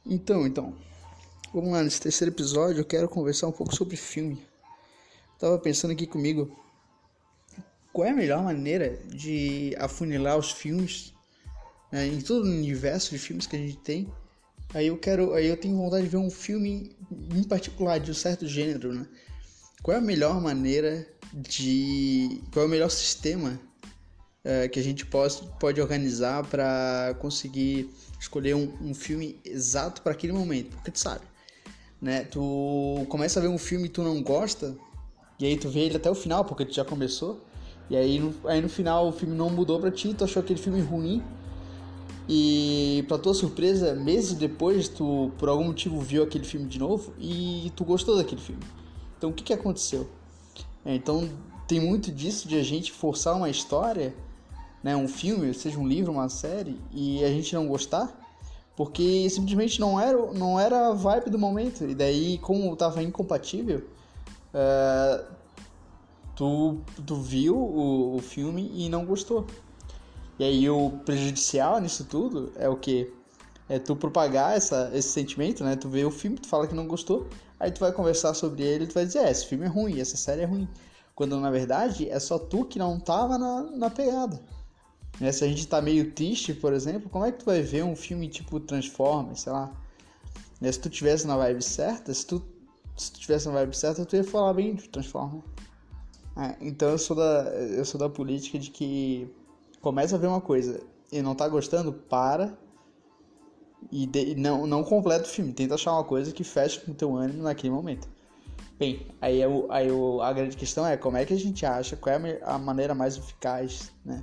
Então, vamos lá, nesse terceiro episódio eu quero conversar um pouco sobre filme. Tava pensando aqui comigo, qual é a melhor maneira de afunilar os filmes, né, em todo o universo de filmes que a gente tem. Aí eu tenho vontade de ver um filme em particular de um certo gênero, né? Qual é a melhor maneira qual é o melhor sistema que a gente pode organizar para conseguir escolher um filme exato para aquele momento? Porque tu sabe, né? Tu começa a ver um filme e tu não gosta, e aí tu vê ele até o final, porque tu já começou, e aí no final o filme não mudou pra ti, tu achou aquele filme ruim, e pra tua surpresa, meses depois, tu por algum motivo viu aquele filme de novo e tu gostou daquele filme. Então o que aconteceu? Então tem muito disso de a gente forçar uma história, né, um filme, seja um livro, uma série, e a gente não gostar, porque simplesmente não era a vibe do momento. E daí, como tava incompatível, tu viu o filme e não gostou. E aí o prejudicial nisso tudo é o que? É tu propagar esse sentimento, né? Tu vê o filme, tu fala que não gostou, aí tu vai conversar sobre ele e tu vai dizer, esse filme é ruim, essa série é ruim. Quando na verdade é só tu que não tava na pegada. Né? Se a gente tá meio triste, por exemplo, como é que tu vai ver um filme tipo Transformers, sei lá? Né? Se tu tivesse na vibe certa, se tu tivesse na vibe certa, tu ia falar bem de Transformers. Então eu sou da política de que começa a ver uma coisa e não tá gostando, para e não completa o filme. Tenta achar uma coisa que feche com o teu ânimo naquele momento. Bem, a grande questão é como é que a gente acha, qual é a maneira mais eficaz, né,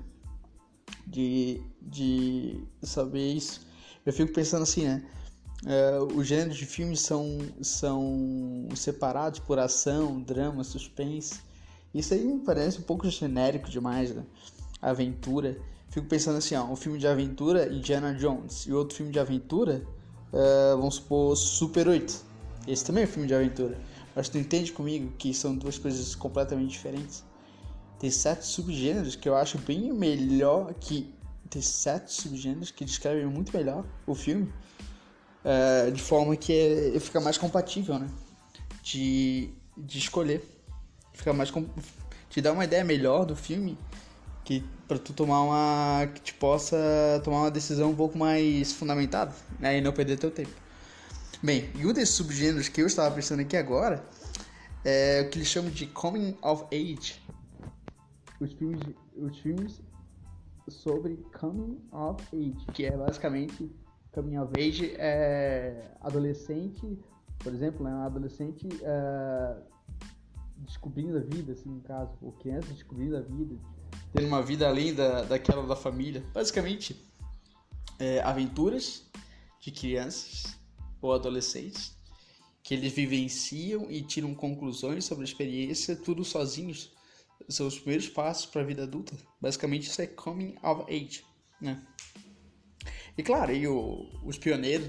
de saber isso. Eu fico pensando assim, né, os gêneros de filmes são separados por ação, drama, suspense. Isso aí me parece um pouco genérico demais, né? Aventura. Fico pensando assim, ó, um filme de aventura, Indiana Jones, e outro filme de aventura, vamos supor, Super 8. Esse também é um filme de aventura. Mas tu entende comigo que são duas coisas completamente diferentes? Tem certos subgêneros que eu acho bem melhor que... Tem certos subgêneros que descrevem muito melhor o filme, de forma que fica mais compatível, né? De escolher. Fica mais te dá uma ideia melhor do filme, que para tu que te possa tomar uma decisão um pouco mais fundamentada, né, e não perder teu tempo. Bem, e um desses subgêneros que eu estava pensando aqui agora é o que eles chamam de coming of age. Os filmes sobre coming of age, que é basicamente coming of age é adolescente, por exemplo, né, um adolescente descobrindo a vida, assim, no caso, ou criança descobrindo a vida, tendo uma vida além daquela da família. Basicamente, aventuras de crianças ou adolescentes que eles vivenciam e tiram conclusões sobre a experiência, tudo sozinhos. São os primeiros passos para a vida adulta. Basicamente, isso é coming of age, né? E claro, os pioneiros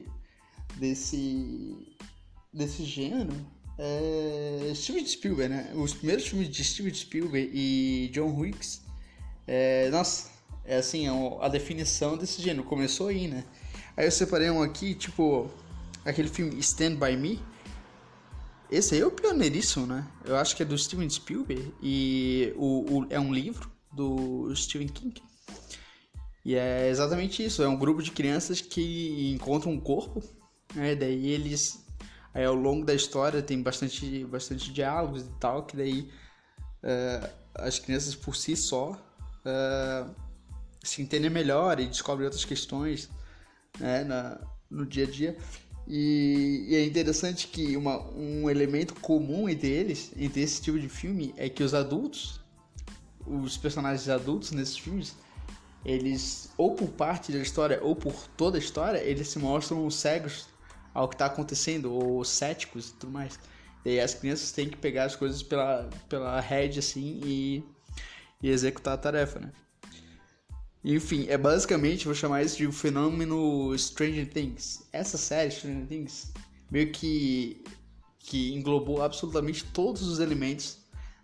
desse gênero Steven Spielberg, né? Os primeiros filmes de Steven Spielberg e John Hughes, nossa, é assim, a definição desse gênero. Começou aí, né? Aí eu separei um aqui, tipo, aquele filme Stand By Me. Esse aí é o pioneiríssimo, né? Eu acho que é do Steven Spielberg e é um livro do Stephen King. E é exatamente isso, é um grupo de crianças que encontram um corpo, né? Daí eles, aí ao longo da história tem bastante diálogos e tal, que daí as crianças por si só se entendem melhor e descobrem outras questões, né, no dia a dia. E é interessante que um elemento comum entre esse tipo de filme, é que os personagens adultos nesses filmes, eles, ou por parte da história ou por toda a história, eles se mostram cegos ao que está acontecendo, ou céticos e tudo mais. E aí as crianças têm que pegar as coisas pela rédea assim e executar a tarefa, né? Enfim, é basicamente, vou chamar isso de um fenômeno Stranger Things. Essa série, Stranger Things, meio que englobou absolutamente todos os elementos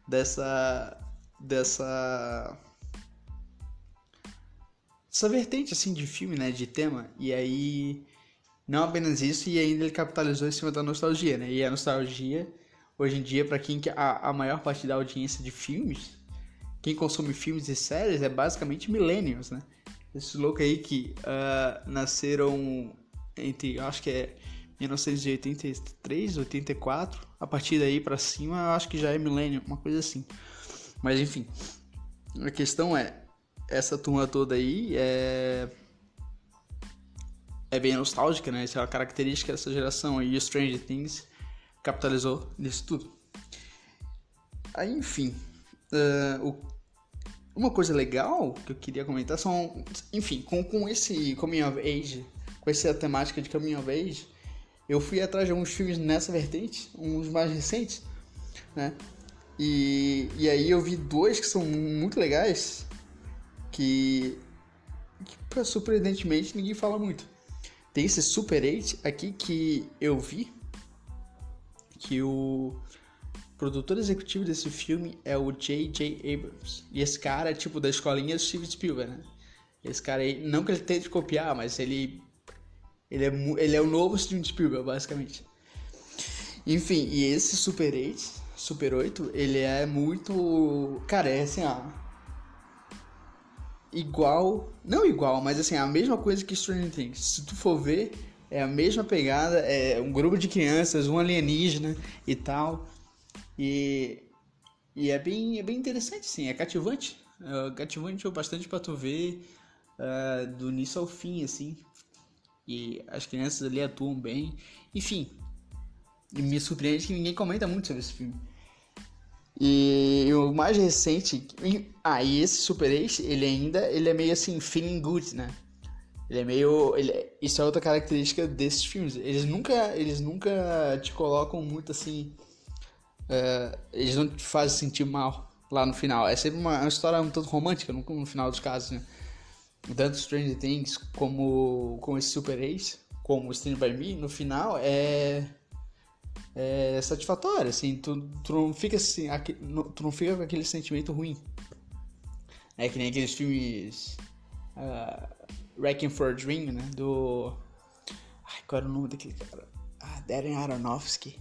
dessa vertente, assim, de filme, né, de tema. E aí Não apenas isso, e ainda ele capitalizou em cima da nostalgia, né? E a nostalgia, hoje em dia, para quem a maior parte da audiência de filmes, quem consome filmes e séries é basicamente millennials, né? Esses loucos aí que nasceram entre, eu acho que é 1983, 84, a partir daí pra cima, eu acho que já é millennial, uma coisa assim. Mas enfim, a questão essa turma toda aí é bem nostálgica, né? Essa é uma característica dessa geração, e o Stranger Things capitalizou nisso tudo. Aí, enfim, uma coisa legal que eu queria comentar são, enfim, com esse Coming of Age, com essa temática de Coming of Age, eu fui atrás de alguns filmes nessa vertente, uns mais recentes, né? E aí eu vi dois que são muito legais, que surpreendentemente ninguém fala muito. Tem esse Super 8 aqui que eu vi, que o produtor executivo desse filme é o J.J. Abrams. E esse cara é tipo da escolinha do Steven Spielberg, né? Esse cara aí, não que ele tente copiar, mas ele é o novo Steven Spielberg, basicamente. Enfim, e esse Super 8, ele é muito... Cara, é assim, ó... Igual... Não igual, mas assim, a mesma coisa que Stranger Things. Se tu for ver, é a mesma pegada, é um grupo de crianças, um alienígena e tal. E é bem interessante, sim, é cativante. Cativante bastante pra tu ver do início ao fim, assim. E as crianças ali atuam bem. Enfim, me surpreende que ninguém comenta muito sobre esse filme. E o mais recente... e esse Super Ace, ele é meio assim, feeling good, né? Ele é meio... isso é outra característica desses filmes. Eles nunca te colocam muito assim... eles não te fazem sentir mal lá no final. É sempre uma história um tanto romântica no final dos casos, né? Tanto Stranger Things como esse Super Ace, como Stand By Me, no final é satisfatório, assim, tu não fica assim, tu não fica com aquele sentimento ruim. É que nem aqueles filmes Wrecking for a Dream, né? Qual era o nome daquele cara? Darren Aronofsky.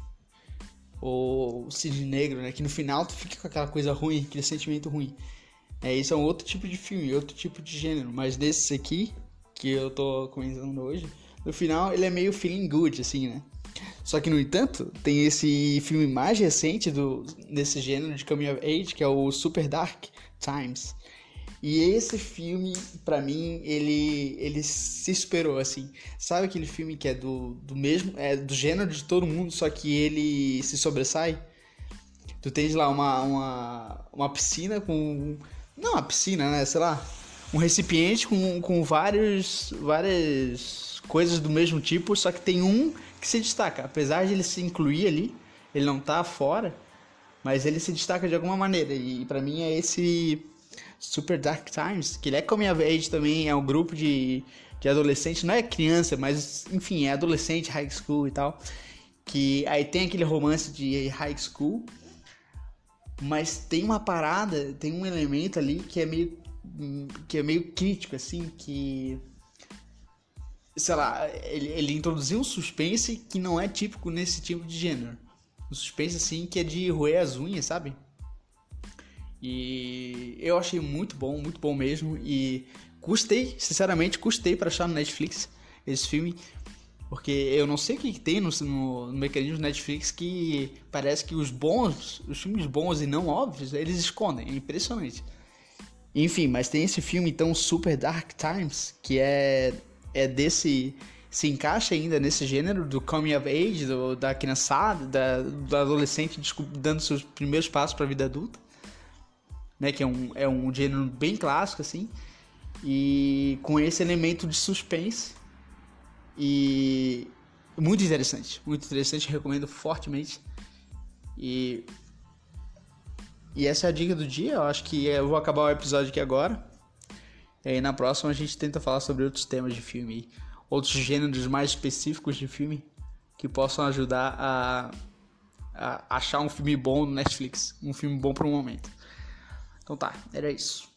Ou Cisne Negro, né? Que no final tu fica com aquela coisa ruim, aquele sentimento ruim. Isso é um outro tipo de filme, outro tipo de gênero. Mas desse aqui, que eu tô comentando hoje, no final ele é meio feeling good, assim, né? Só que, no entanto, tem esse filme mais recente desse gênero de Coming of Age, que é o Super Dark Times. E esse filme, pra mim, ele se superou, assim. Sabe aquele filme que é do mesmo, do gênero de todo mundo, só que ele se sobressai? Tu tens lá uma piscina com... Não uma piscina, né? Sei lá. Um recipiente com várias coisas do mesmo tipo, só que tem um que se destaca. Apesar de ele se incluir ali, ele não tá fora, mas ele se destaca de alguma maneira. E pra mim é esse Super Dark Times, que ele é coming of age também, é um grupo de adolescentes, não é criança, mas enfim, é adolescente, high school e tal. Que aí tem aquele romance de high school, mas tem uma parada, tem um elemento ali que é meio crítico, assim, que... Sei lá, ele introduziu um suspense que não é típico nesse tipo de gênero. Um suspense, assim, que é de roer as unhas, sabe? E eu achei muito bom mesmo. E sinceramente, custei pra achar no Netflix esse filme. Porque eu não sei o que tem no mecanismo do Netflix que parece que os filmes bons e não óbvios, eles escondem. É impressionante. Enfim, mas tem esse filme, então, Super Dark Times, que se encaixa ainda nesse gênero do coming of age, da criançada, do adolescente dando seus primeiros passos para a vida adulta, né? Que é um gênero bem clássico, assim, e com esse elemento de suspense. E muito interessante, recomendo fortemente. E essa é a dica do dia. Eu acho que eu vou acabar o episódio aqui agora. E aí na próxima a gente tenta falar sobre outros temas de filme, outros gêneros mais específicos de filme que possam ajudar a achar um filme bom no Netflix, um filme bom para um momento. Então tá, era isso.